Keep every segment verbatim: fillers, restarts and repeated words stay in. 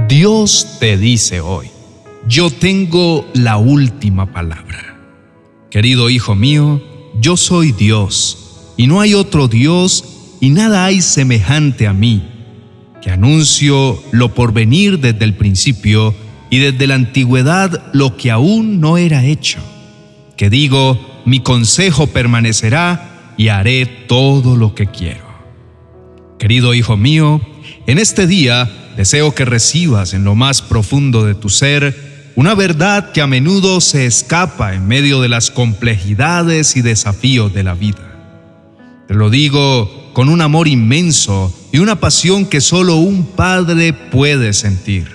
Dios te dice hoy: yo tengo la última palabra. Querido hijo mío, yo soy Dios, y no hay otro Dios, y nada hay semejante a mí, que anuncio lo por venir desde el principio, y desde la antigüedad lo que aún no era hecho, que digo, mi consejo permanecerá, y haré todo lo que quiero. Querido hijo mío, en este día deseo que recibas en lo más profundo de tu ser una verdad que a menudo se escapa en medio de las complejidades y desafíos de la vida. Te lo digo con un amor inmenso y una pasión que solo un padre puede sentir.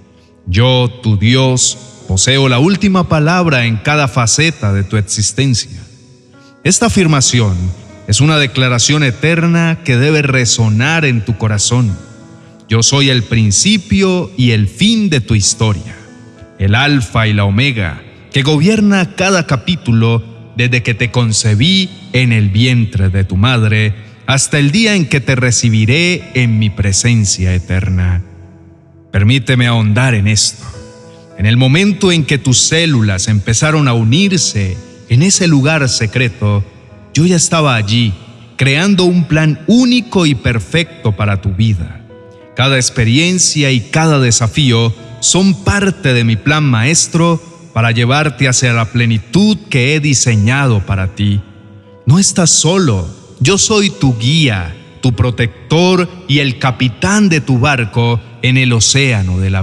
Yo, tu Dios, poseo la última palabra en cada faceta de tu existencia. Esta afirmación es una declaración eterna que debe resonar en tu corazón. Yo soy el principio y el fin de tu historia, el alfa y la omega, que gobierna cada capítulo desde que te concebí en el vientre de tu madre hasta el día en que te recibiré en mi presencia eterna. Permíteme ahondar en esto. En el momento en que tus células empezaron a unirse en ese lugar secreto, yo ya estaba allí, creando un plan único y perfecto para tu vida. Cada experiencia y cada desafío son parte de mi plan maestro para llevarte hacia la plenitud que he diseñado para ti. No estás solo, yo soy tu guía, tu protector y el capitán de tu barco en el océano de la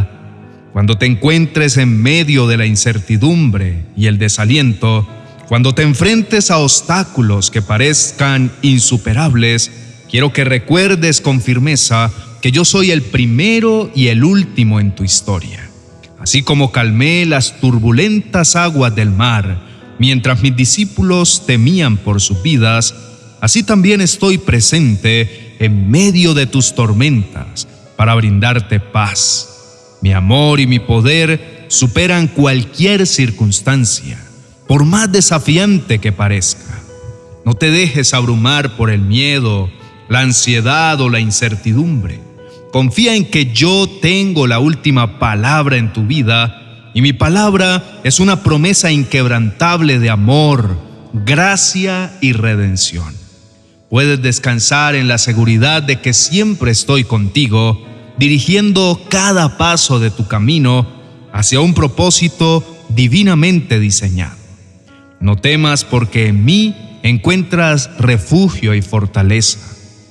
vida. Cuando te encuentres en medio de la incertidumbre y el desaliento, cuando te enfrentes a obstáculos que parezcan insuperables, quiero que recuerdes con firmeza que yo soy el primero y el último en tu historia. Así como calmé las turbulentas aguas del mar mientras mis discípulos temían por sus vidas, así también estoy presente en medio de tus tormentas para brindarte paz. Mi amor y mi poder superan cualquier circunstancia, por más desafiante que parezca. No te dejes abrumar por el miedo, la ansiedad o la incertidumbre. Confía en que yo tengo la última palabra en tu vida, y mi palabra es una promesa inquebrantable de amor, gracia y redención. Puedes descansar en la seguridad de que siempre estoy contigo, dirigiendo cada paso de tu camino hacia un propósito divinamente diseñado. No temas, porque en mí encuentras refugio y fortaleza.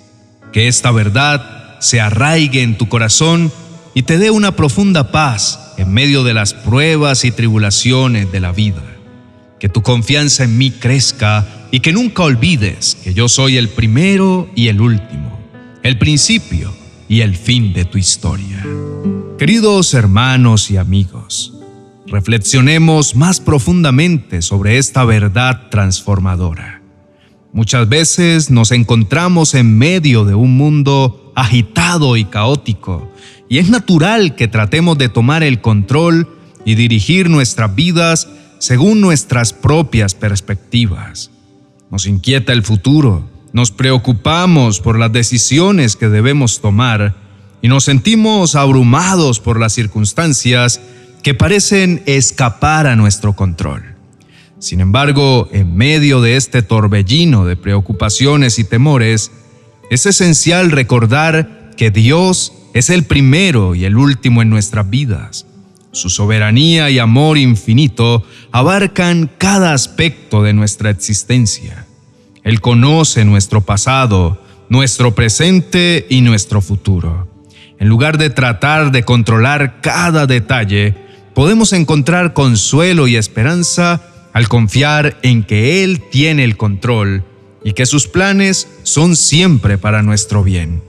Que esta verdad se arraigue en tu corazón y te dé una profunda paz en medio de las pruebas y tribulaciones de la vida. Que tu confianza en mí crezca y que nunca olvides que yo soy el primero y el último, el principio y el fin de tu historia. Queridos hermanos y amigos, reflexionemos más profundamente sobre esta verdad transformadora. Muchas veces nos encontramos en medio de un mundo agitado y caótico, y es natural que tratemos de tomar el control y dirigir nuestras vidas según nuestras propias perspectivas. Nos inquieta el futuro, nos preocupamos por las decisiones que debemos tomar y nos sentimos abrumados por las circunstancias que parecen escapar a nuestro control. Sin embargo, en medio de este torbellino de preocupaciones y temores, es esencial recordar que Dios es el primero y el último en nuestras vidas. Su soberanía y amor infinito abarcan cada aspecto de nuestra existencia. Él conoce nuestro pasado, nuestro presente y nuestro futuro. En lugar de tratar de controlar cada detalle, podemos encontrar consuelo y esperanza al confiar en que Él tiene el control y que sus planes son siempre para nuestro bien.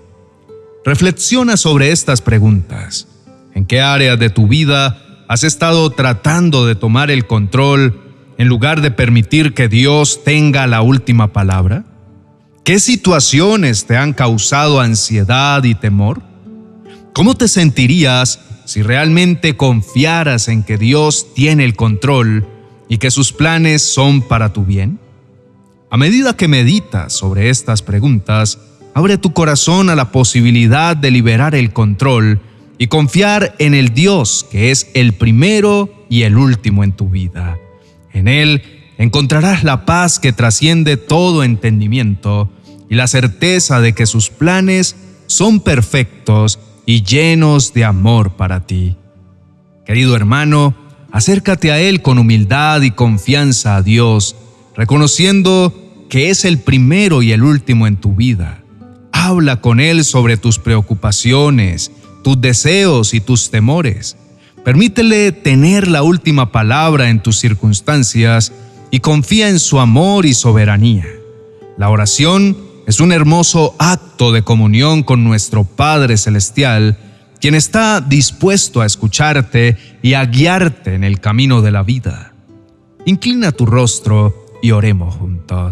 Reflexiona sobre estas preguntas. ¿En qué áreas de tu vida has estado tratando de tomar el control en lugar de permitir que Dios tenga la última palabra? ¿Qué situaciones te han causado ansiedad y temor? ¿Cómo te sentirías si realmente confiaras en que Dios tiene el control y que sus planes son para tu bien? A medida que meditas sobre estas preguntas, abre tu corazón a la posibilidad de liberar el control y confiar en el Dios que es el primero y el último en tu vida. En Él encontrarás la paz que trasciende todo entendimiento y la certeza de que sus planes son perfectos y llenos de amor para ti. Querido hermano, acércate a Él con humildad y confianza a Dios, reconociendo que es el primero y el último en tu vida. Habla con Él sobre tus preocupaciones, tus deseos y tus temores. Permítele tener la última palabra en tus circunstancias y confía en su amor y soberanía. La oración es un hermoso acto de comunión con nuestro Padre Celestial, quien está dispuesto a escucharte y a guiarte en el camino de la vida. Inclina tu rostro y oremos juntos.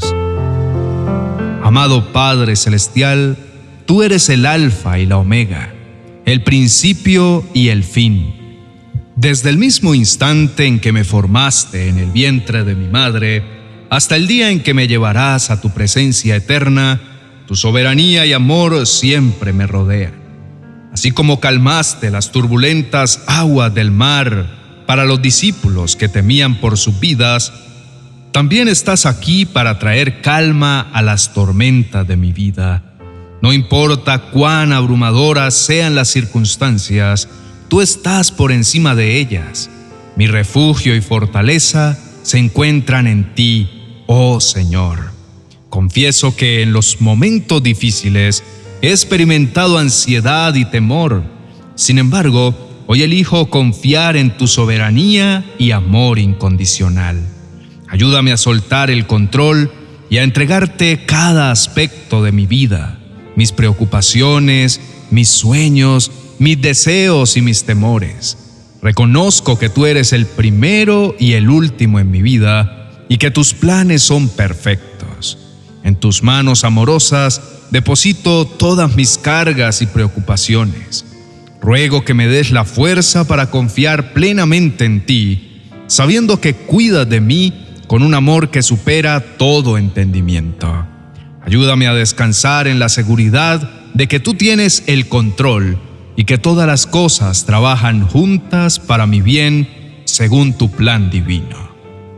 Amado Padre Celestial, tú eres el Alfa y la Omega, el principio y el fin. Desde el mismo instante en que me formaste en el vientre de mi madre, hasta el día en que me llevarás a tu presencia eterna, tu soberanía y amor siempre me rodean. Así como calmaste las turbulentas aguas del mar para los discípulos que temían por sus vidas, también estás aquí para traer calma a las tormentas de mi vida. No importa cuán abrumadoras sean las circunstancias, tú estás por encima de ellas. Mi refugio y fortaleza se encuentran en ti, oh Señor. Confieso que en los momentos difíciles he experimentado ansiedad y temor. Sin embargo, hoy elijo confiar en tu soberanía y amor incondicional. Ayúdame a soltar el control y a entregarte cada aspecto de mi vida, mis preocupaciones, mis sueños, mis deseos y mis temores. Reconozco que tú eres el primero y el último en mi vida y que tus planes son perfectos. En tus manos amorosas deposito todas mis cargas y preocupaciones. Ruego que me des la fuerza para confiar plenamente en ti, sabiendo que cuidas de mí con un amor que supera todo entendimiento. Ayúdame a descansar en la seguridad de que tú tienes el control y que todas las cosas trabajan juntas para mi bien según tu plan divino.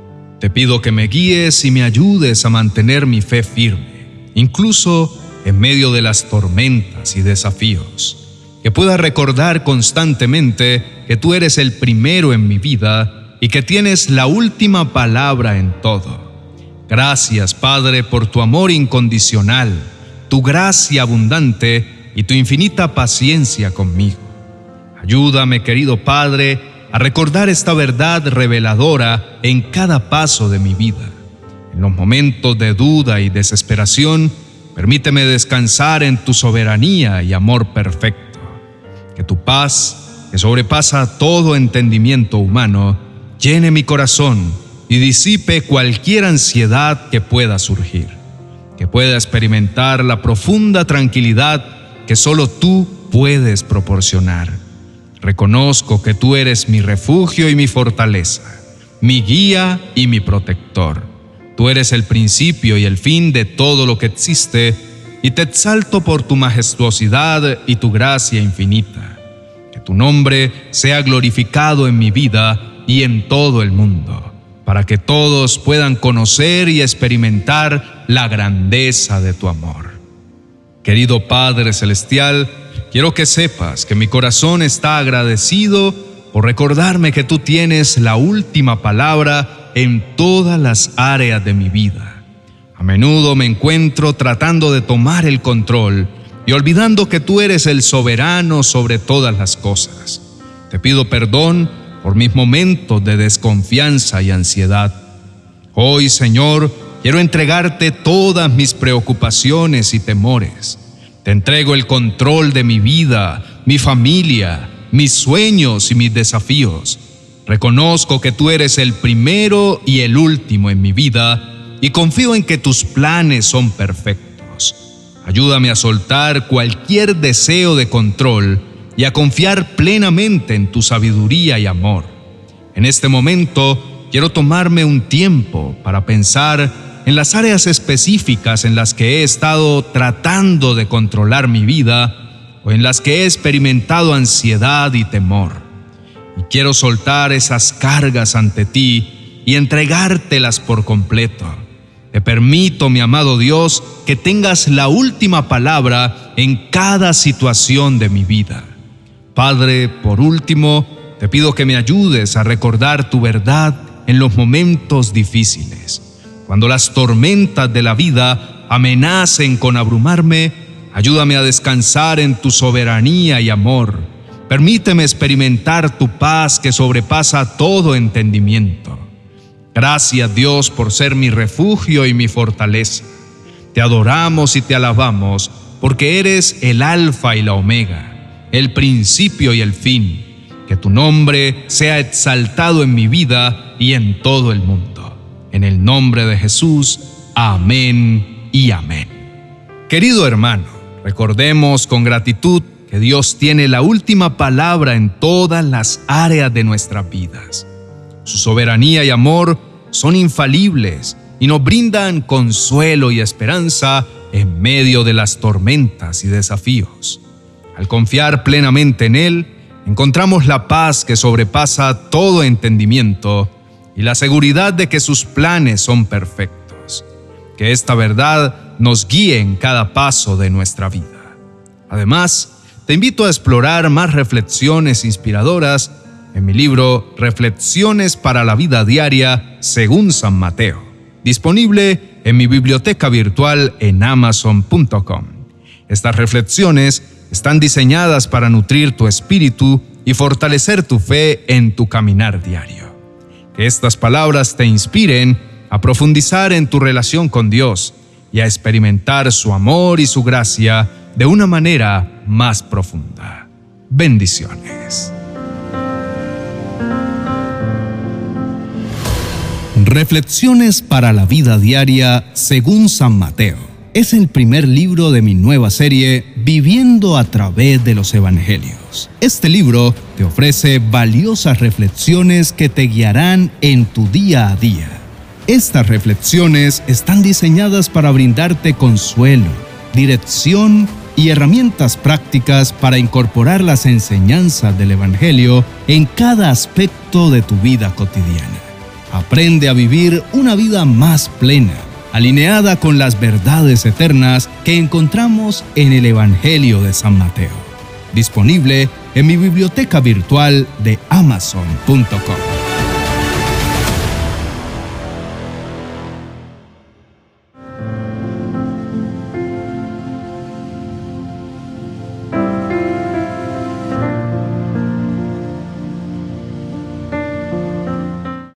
Te pido que me guíes y me ayudes a mantener mi fe firme, incluso en medio de las tormentas y desafíos. Que pueda recordar constantemente que tú eres el primero en mi vida y que tienes la última palabra en todo. Gracias, Padre, por tu amor incondicional, tu gracia abundante y tu infinita paciencia conmigo. Ayúdame, querido Padre, a recordar esta verdad reveladora en cada paso de mi vida. En los momentos de duda y desesperación, permíteme descansar en tu soberanía y amor perfecto. Que tu paz, que sobrepasa todo entendimiento humano, llene mi corazón y disipe cualquier ansiedad que pueda surgir. Que pueda experimentar la profunda tranquilidad que solo tú puedes proporcionar. Reconozco que tú eres mi refugio y mi fortaleza, mi guía y mi protector. Tú eres el principio y el fin de todo lo que existe, y te exalto por tu majestuosidad y tu gracia infinita. Que tu nombre sea glorificado en mi vida y en todo el mundo, para que todos puedan conocer y experimentar la grandeza de tu amor. Querido Padre Celestial, quiero que sepas que mi corazón está agradecido por recordarme que tú tienes la última palabra en todas las áreas de mi vida. A menudo me encuentro tratando de tomar el control y olvidando que tú eres el soberano sobre todas las cosas. Te pido perdón por mis momentos de desconfianza y ansiedad. Hoy, Señor, quiero entregarte todas mis preocupaciones y temores. Te entrego el control de mi vida, mi familia, mis sueños y mis desafíos. Reconozco que tú eres el primero y el último en mi vida y confío en que tus planes son perfectos. Ayúdame a soltar cualquier deseo de control y a confiar plenamente en tu sabiduría y amor. En este momento, quiero tomarme un tiempo para pensar en las áreas específicas en las que he estado tratando de controlar mi vida o en las que he experimentado ansiedad y temor. Y quiero soltar esas cargas ante ti y entregártelas por completo. Te permito, mi amado Dios, que tengas la última palabra en cada situación de mi vida. Padre, por último, te pido que me ayudes a recordar tu verdad en los momentos difíciles. Cuando las tormentas de la vida amenacen con abrumarme, ayúdame a descansar en tu soberanía y amor. Permíteme experimentar tu paz que sobrepasa todo entendimiento. Gracias, Dios, por ser mi refugio y mi fortaleza. Te adoramos y te alabamos porque eres el Alfa y la Omega, el principio y el fin. Que tu nombre sea exaltado en mi vida y en todo el mundo. En el nombre de Jesús, amén y amén. Querido hermano, recordemos con gratitud que Dios tiene la última palabra en todas las áreas de nuestras vidas. Su soberanía y amor son infalibles y nos brindan consuelo y esperanza en medio de las tormentas y desafíos. Al confiar plenamente en Él, encontramos la paz que sobrepasa todo entendimiento y la seguridad de que sus planes son perfectos. Que esta verdad nos guíe en cada paso de nuestra vida. Además, te invito a explorar más reflexiones inspiradoras en mi libro Reflexiones para la Vida Diaria según San Mateo, disponible en mi biblioteca virtual en amazon punto com. Estas reflexiones están diseñadas para nutrir tu espíritu y fortalecer tu fe en tu caminar diario. Que estas palabras te inspiren a profundizar en tu relación con Dios y a experimentar su amor y su gracia de una manera más profunda. Bendiciones. Reflexiones para la Vida Diaria según San Mateo. Es el primer libro de mi nueva serie Viviendo a través de los Evangelios. Este libro te ofrece valiosas reflexiones que te guiarán en tu día a día. Estas reflexiones están diseñadas para brindarte consuelo, dirección y herramientas prácticas para incorporar las enseñanzas del Evangelio en cada aspecto de tu vida cotidiana. Aprende a vivir una vida más plena, alineada con las verdades eternas que encontramos en el Evangelio de San Mateo. Disponible en mi biblioteca virtual de amazon punto com.